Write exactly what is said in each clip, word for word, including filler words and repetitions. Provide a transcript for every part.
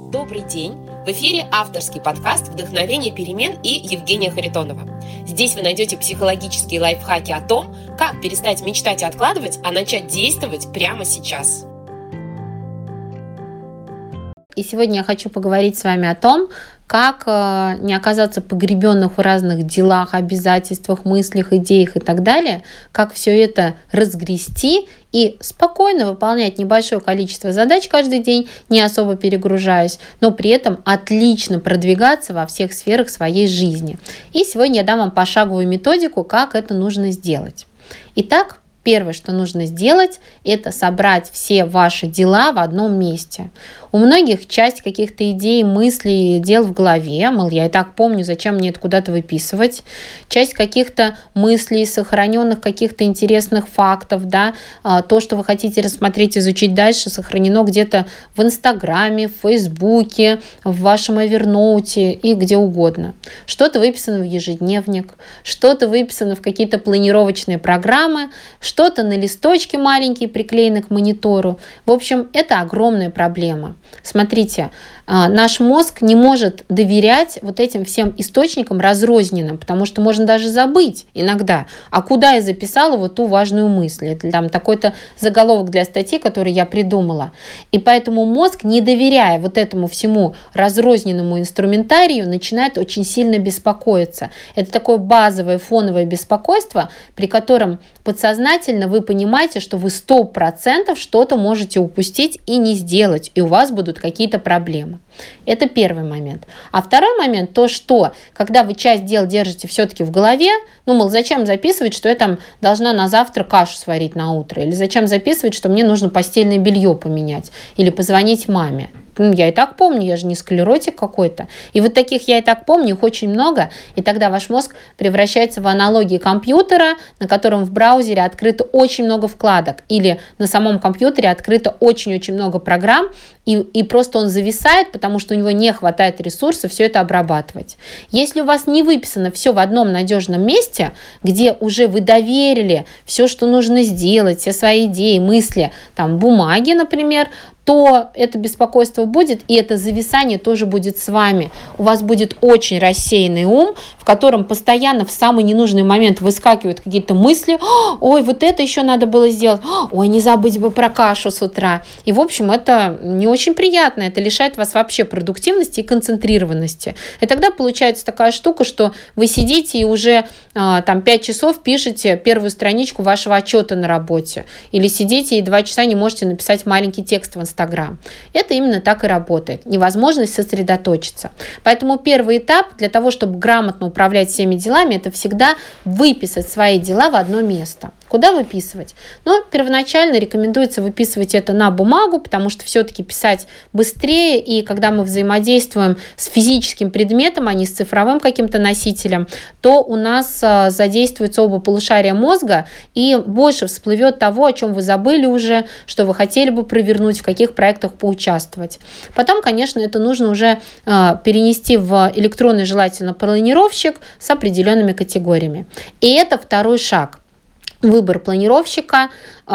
Добрый день! В эфире авторский подкаст «Вдохновение перемен» и Евгения Харитонова. Здесь вы найдете психологические лайфхаки о том, как перестать мечтать и откладывать, а начать действовать прямо сейчас. И сегодня я хочу поговорить с вами о том, как не оказаться погребенных в разных делах, обязательствах, мыслях, идеях и так далее, как все это разгрести и спокойно выполнять небольшое количество задач каждый день, не особо перегружаясь, но при этом отлично продвигаться во всех сферах своей жизни. И сегодня я дам вам пошаговую методику, как это нужно сделать. Итак, первое, что нужно сделать, это собрать все ваши дела в одном месте. У многих часть каких-то идей, мыслей, дел в голове, мол, я и так помню, зачем мне это куда-то выписывать. Часть каких-то мыслей, сохраненных каких-то интересных фактов, да, то, что вы хотите рассмотреть, изучить дальше, сохранено где-то в Инстаграме, в Фейсбуке, в вашем Эверноуте и где угодно. Что-то выписано в ежедневник, что-то выписано в какие-то планировочные программы, что-то на листочке маленькие приклеены к монитору. В общем, это огромная проблема. Смотрите, наш мозг не может доверять вот этим всем источникам разрозненным, потому что можно даже забыть иногда, а куда я записала вот ту важную мысль. Это там такой-то заголовок для статьи, который я придумала. И поэтому мозг, не доверяя вот этому всему разрозненному инструментарию, начинает очень сильно беспокоиться. Это такое базовое фоновое беспокойство, при котором подсознательно вы понимаете, что вы сто процентов что-то можете упустить и не сделать, и у вас будут какие-то проблемы. Это первый момент. А второй момент, то, что когда вы часть дел держите все-таки в голове, ну, мол, зачем записывать, что я там должна на завтра кашу сварить на утро, или зачем записывать, что мне нужно постельное белье поменять, или позвонить маме. Ну, я и так помню, я же не склеротик какой-то. И вот таких я и так помню, их очень много. И тогда ваш мозг превращается в аналогии компьютера, на котором в браузере открыто очень много вкладок. Или на самом компьютере открыто очень-очень много программ. И, и просто он зависает, потому что у него не хватает ресурсов все это обрабатывать. Если у вас не выписано все в одном надежном месте, где уже вы доверили все, что нужно сделать, все свои идеи, мысли, там, бумаги, например, то это беспокойство будет, и это зависание тоже будет с вами. У вас будет очень рассеянный ум, в котором постоянно в самый ненужный момент выскакивают какие-то мысли. Ой, вот это еще надо было сделать. Ой, не забыть бы про кашу с утра. И, в общем, это не очень приятно. Это лишает вас вообще продуктивности и концентрированности. И тогда получается такая штука, что вы сидите и уже там пять часов пишете первую страничку вашего отчета на работе. Или сидите и два часа не можете написать маленький текст в Инстаграм. Это именно так и работает. Невозможность сосредоточиться. Поэтому первый этап для того, чтобы грамотно управлять всеми делами, это всегда выписать свои дела в одно место. Куда выписывать? Ну, первоначально рекомендуется выписывать это на бумагу, потому что все-таки писать быстрее, и когда мы взаимодействуем с физическим предметом, а не с цифровым каким-то носителем, то у нас задействуются оба полушария мозга, и больше всплывет того, о чем вы забыли уже, что вы хотели бы провернуть, в каких проектах поучаствовать. Потом, конечно, это нужно уже перенести в электронный, желательно, планировщик с определенными категориями. И это второй шаг. Выбор планировщика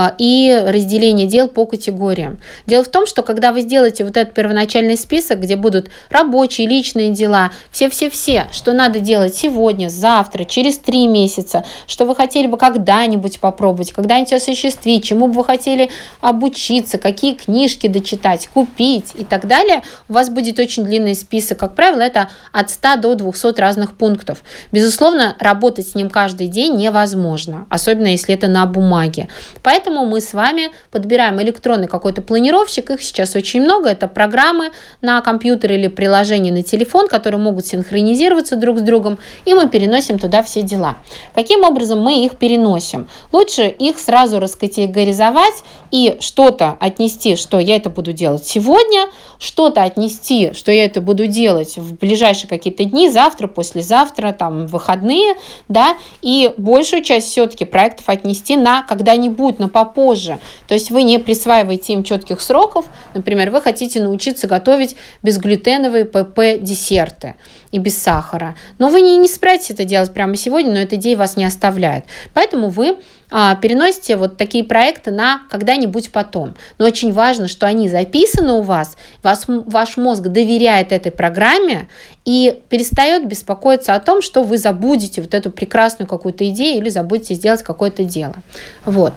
и разделение дел по категориям. Дело в том, что когда вы сделаете вот этот первоначальный список, где будут рабочие, личные дела, все-все-все, что надо делать сегодня, завтра, через три месяца, что вы хотели бы когда-нибудь попробовать, когда-нибудь осуществить, чему бы вы хотели обучиться, какие книжки дочитать, купить и так далее, у вас будет очень длинный список. Как правило, это от ста до двухсот разных пунктов. Безусловно, работать с ним каждый день невозможно, особенно если это на бумаге. Поэтому Поэтому мы с вами подбираем электронный какой-то планировщик, их сейчас очень много, это программы на компьютер или приложения на телефон, которые могут синхронизироваться друг с другом, и мы переносим туда все дела. Каким образом мы их переносим? Лучше их сразу раскатегоризовать и что-то отнести, что я это буду делать сегодня, что-то отнести, что я это буду делать в ближайшие какие-то дни, завтра, послезавтра, там, выходные, да, и большую часть все-таки проектов отнести на когда-нибудь, на попозже. То есть вы не присваиваете им четких сроков. Например, вы хотите научиться готовить безглютеновые ПП-десерты и без сахара. Но вы не, не собираетесь это делать прямо сегодня, но эта идея вас не оставляет. Поэтому вы а, переносите вот такие проекты на когда-нибудь потом. Но очень важно, что они записаны у вас, вас ваш мозг доверяет этой программе и перестает беспокоиться о том, что вы забудете вот эту прекрасную какую-то идею или забудете сделать какое-то дело. Вот.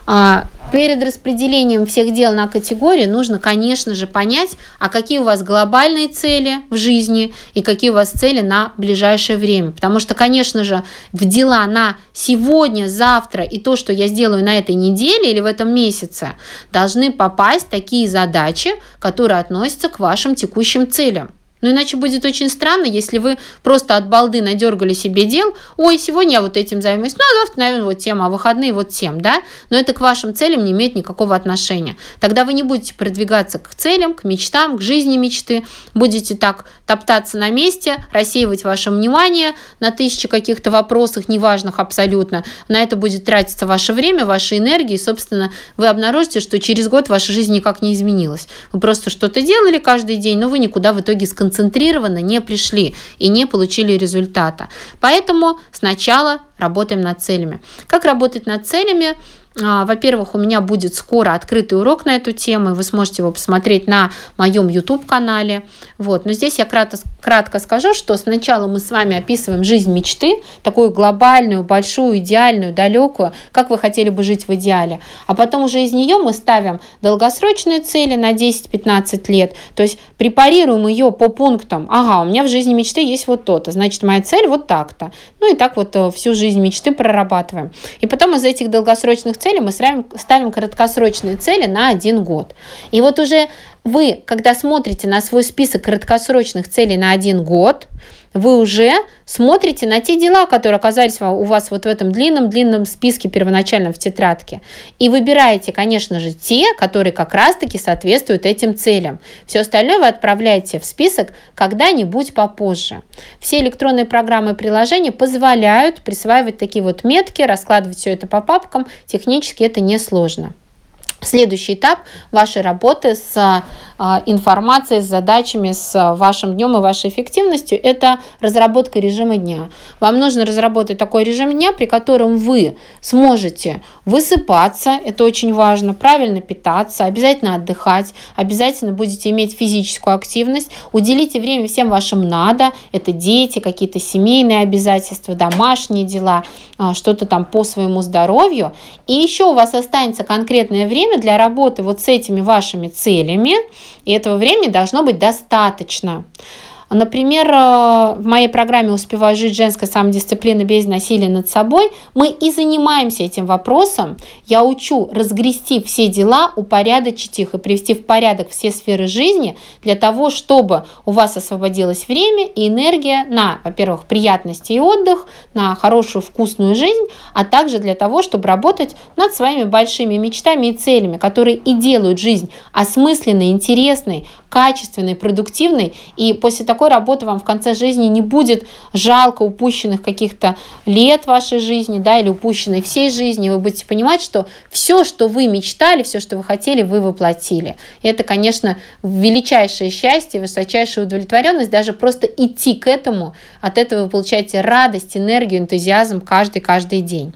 А перед распределением всех дел на категории нужно, конечно же, понять, а какие у вас глобальные цели в жизни и какие у вас цели на ближайшее время. Потому что, конечно же, в дела на сегодня, завтра и то, что я сделаю на этой неделе или в этом месяце, должны попасть такие задачи, которые относятся к вашим текущим целям. Ну, иначе будет очень странно, если вы просто от балды надергали себе дел, ой, сегодня я вот этим займусь, ну, а завтра, наверное, вот тем, а выходные вот тем, да? Но это к вашим целям не имеет никакого отношения. Тогда вы не будете продвигаться к целям, к мечтам, к жизни мечты, будете так топтаться на месте, рассеивать ваше внимание на тысячи каких-то вопросах, неважных абсолютно. На это будет тратиться ваше время, ваша энергия, и, собственно, вы обнаружите, что через год ваша жизнь никак не изменилась. Вы просто что-то делали каждый день, но вы никуда в итоге сконцентрировались. концентрированно не пришли и не получили результата. Поэтому сначала работаем над целями. Как работать над целями? Во-первых, у меня будет скоро открытый урок на эту тему, и вы сможете его посмотреть на моем YouTube-канале. Вот. Но здесь я кратко, кратко скажу, что сначала мы с вами описываем жизнь мечты, такую глобальную, большую, идеальную, далекую, как вы хотели бы жить в идеале. А потом уже из нее мы ставим долгосрочные цели на десять-пятнадцать лет, то есть препарируем ее по пунктам. Ага, у меня в жизни мечты есть вот то-то, значит, моя цель вот так-то. Ну и так вот всю жизнь мечты прорабатываем. И потом из этих долгосрочных целей мы ставим, ставим краткосрочные цели на один год. И вот уже вы, когда смотрите на свой список краткосрочных целей на один год, вы уже смотрите на те дела, которые оказались у вас вот в этом длинном-длинном списке первоначально в тетрадке. И выбираете, конечно же, те, которые как раз-таки соответствуют этим целям. Все остальное вы отправляете в список когда-нибудь попозже. Все электронные программы и приложения позволяют присваивать такие вот метки, раскладывать все это по папкам. Технически это несложно. Следующий этап вашей работы с а, информацией, с задачами, с вашим днем и вашей эффективностью – это разработка режима дня. Вам нужно разработать такой режим дня, при котором вы сможете высыпаться, это очень важно, правильно питаться, обязательно отдыхать, обязательно будете иметь физическую активность, уделите время всем вашим надо, это дети, какие-то семейные обязательства, домашние дела, а, что-то там по своему здоровью. И еще у вас останется конкретное время для работы вот с этими вашими целями, и этого времени должно быть достаточно. Например, в моей программе «Успеваю жить. Женская самодисциплина без насилия над собой» мы и занимаемся этим вопросом. Я учу разгрести все дела, упорядочить их и привести в порядок все сферы жизни для того, чтобы у вас освободилось время и энергия на, во-первых, приятности и отдых, на хорошую вкусную жизнь, а также для того, чтобы работать над своими большими мечтами и целями, которые и делают жизнь осмысленной, интересной, качественной, продуктивной. И после такой работы вам в конце жизни не будет жалко упущенных каких-то лет вашей жизни, да, или упущенной всей жизни. Вы будете понимать, что все, что вы мечтали, все, что вы хотели, вы воплотили. И это, конечно, величайшее счастье, высочайшая удовлетворенность, даже просто идти к этому. От этого вы получаете радость, энергию, энтузиазм каждый-каждый день.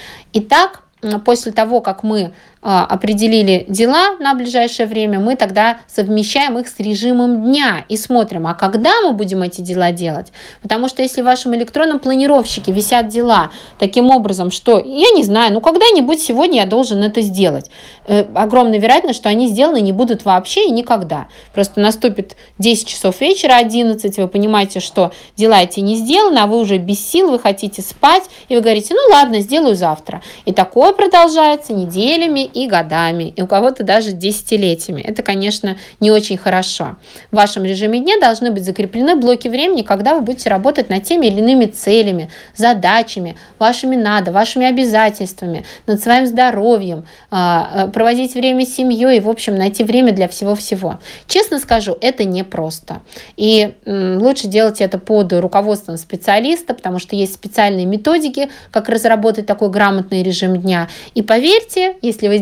Итак, после того, как мы определили дела на ближайшее время, мы тогда совмещаем их с режимом дня и смотрим, а когда мы будем эти дела делать. Потому что если в вашем электронном планировщике висят дела таким образом, что, я не знаю, ну когда-нибудь сегодня я должен это сделать, э, огромная вероятность, что они сделаны не будут вообще и никогда. Просто наступит десять часов вечера, одиннадцать, вы понимаете, что дела эти не сделаны, а вы уже без сил, вы хотите спать, и вы говорите, ну ладно, сделаю завтра. И такое продолжается неделями и годами, и у кого-то даже десятилетиями. Это, конечно, не очень хорошо. В вашем режиме дня должны быть закреплены блоки времени, когда вы будете работать над теми или иными целями, задачами, вашими надо, вашими обязательствами, над своим здоровьем, проводить время с семьей и, в общем, найти время для всего-всего. Честно скажу, это непросто. И лучше делать это под руководством специалиста, потому что есть специальные методики, как разработать такой грамотный режим дня. И поверьте, если вы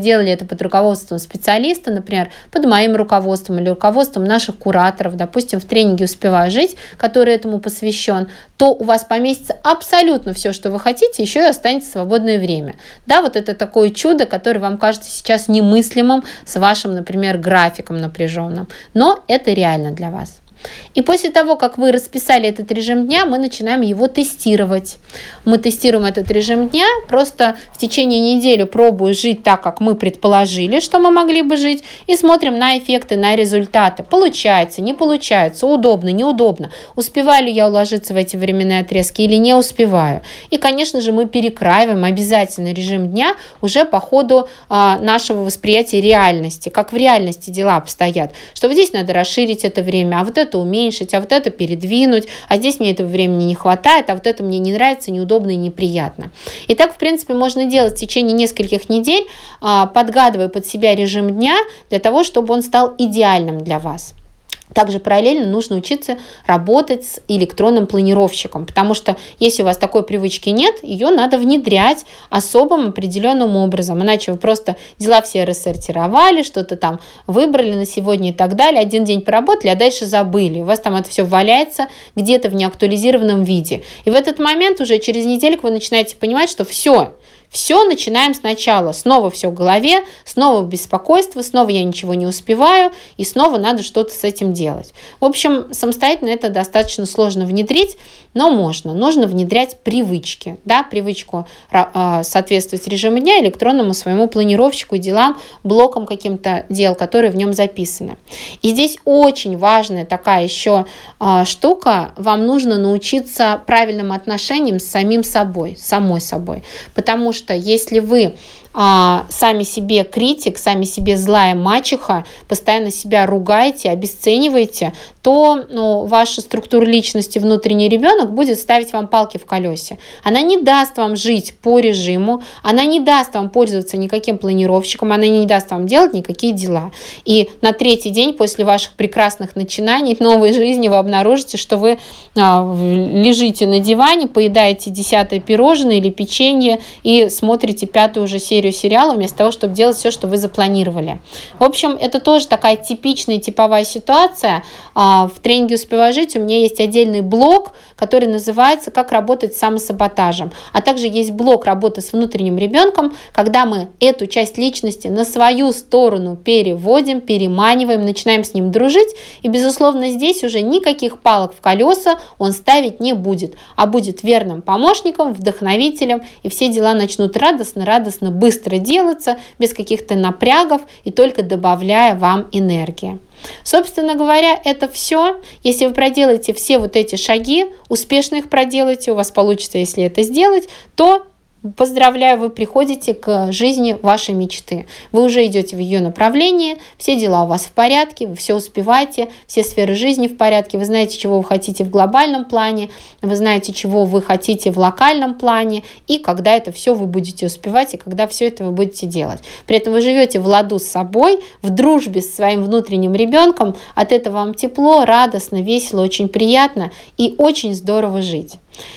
делали это под руководством специалиста, например, под моим руководством или руководством наших кураторов, допустим, в тренинге «Успевай жить», который этому посвящен, то у вас поместится абсолютно все, что вы хотите, еще и останется свободное время. Да, вот это такое чудо, которое вам кажется сейчас немыслимым с вашим, например, графиком напряженным, но это реально для вас. И после того, как вы расписали этот режим дня, мы начинаем его тестировать. Мы тестируем этот режим дня, просто в течение недели пробую жить так, как мы предположили, что мы могли бы жить, и смотрим на эффекты, на результаты. Получается, не получается, удобно, неудобно. Успеваю ли я уложиться в эти временные отрезки или не успеваю. И, конечно же, мы перекраиваем обязательно режим дня уже по ходу а, нашего восприятия реальности, как в реальности дела обстоят. Что вот здесь надо расширить это время, а вот это уменьшить, а вот это передвинуть, а здесь мне этого времени не хватает, а вот это мне не нравится, неудобно и неприятно. И так, в принципе, можно делать в течение нескольких недель, подгадывая под себя режим дня для того, чтобы он стал идеальным для вас. Также параллельно нужно учиться работать с электронным планировщиком, потому что если у вас такой привычки нет, ее надо внедрять особым определенным образом, иначе вы просто дела все рассортировали, что-то там выбрали на сегодня и так далее, один день поработали, а дальше забыли, у вас там это все валяется где-то в неактуализированном виде. И в этот момент уже через недельку вы начинаете понимать, что все, Все начинаем сначала, снова все в голове, снова беспокойство, снова я ничего не успеваю, и снова надо что-то с этим делать. В общем, самостоятельно это достаточно сложно внедрить, но можно. Нужно внедрять привычки, да, привычку э, соответствовать режиму дня электронному своему планировщику, делам, блокам каким-то дел, которые в нем записаны. И здесь очень важная такая еще э, штука, вам нужно научиться правильным отношениям с самим собой, самой собой, потому что что если вы а, сами себе критик, сами себе злая мачеха, постоянно себя ругаете, обесцениваете, то ну, ваша структура личности, внутренний ребенок будет ставить вам палки в колесе. Она не даст вам жить по режиму, она не даст вам пользоваться никаким планировщиком, она не даст вам делать никакие дела. И на третий день после ваших прекрасных начинаний новой жизни вы обнаружите, что вы а, лежите на диване, поедаете десятое пирожное или печенье и смотрите пятую уже серию сериала вместо того, чтобы делать все, что вы запланировали. В общем, это тоже такая типичная, типовая ситуация. В тренинге «Успевай жить» у меня есть отдельный блок, который называется «Как работать с самосаботажем». А также есть блок работы с внутренним ребенком, когда мы эту часть личности на свою сторону переводим, переманиваем, начинаем с ним дружить. И, безусловно, здесь уже никаких палок в колеса он ставить не будет, а будет верным помощником, вдохновителем, и все дела начнут радостно, радостно, быстро делаться, без каких-то напрягов и только добавляя вам энергии. Собственно говоря, это все. Если вы проделаете все вот эти шаги, успешно их проделаете, у вас получится, если это сделать, то поздравляю, вы приходите к жизни вашей мечты. Вы уже идете в ее направлении, все дела у вас в порядке, вы все успеваете, все сферы жизни в порядке, вы знаете, чего вы хотите в глобальном плане, вы знаете, чего вы хотите в локальном плане, и когда это все вы будете успевать, и когда все это вы будете делать. При этом вы живете в ладу с собой, в дружбе с своим внутренним ребенком, от этого вам тепло, радостно, весело, очень приятно и очень здорово жить.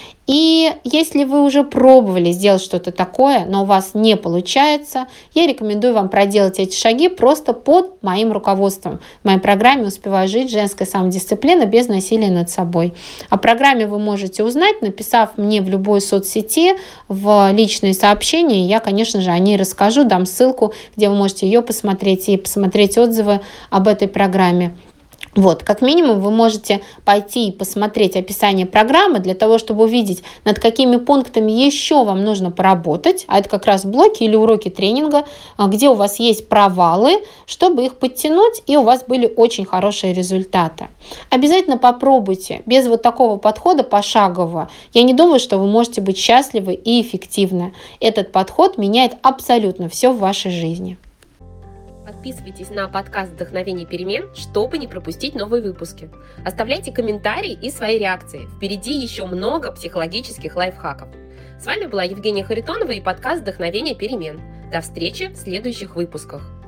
И если вы уже пробовали сделать что-то такое, но у вас не получается, я рекомендую вам проделать эти шаги просто под моим руководством. В моей программе «Успевай жить. Женская самодисциплина без насилия над собой». О программе вы можете узнать, написав мне в любой соцсети в личные сообщения. Я, конечно же, о ней расскажу, дам ссылку, где вы можете ее посмотреть и посмотреть отзывы об этой программе. Вот, как минимум вы можете пойти и посмотреть описание программы для того, чтобы увидеть, над какими пунктами еще вам нужно поработать, а это как раз блоки или уроки тренинга, где у вас есть провалы, чтобы их подтянуть, и у вас были очень хорошие результаты. Обязательно попробуйте без вот такого подхода пошагового. Я не думаю, что вы можете быть счастливы и эффективны. Этот подход меняет абсолютно все в вашей жизни. Подписывайтесь на подкаст «Вдохновение перемен», чтобы не пропустить новые выпуски. Оставляйте комментарии и свои реакции. Впереди еще много психологических лайфхаков. С вами была Евгения Харитонова и подкаст «Вдохновение перемен». До встречи в следующих выпусках.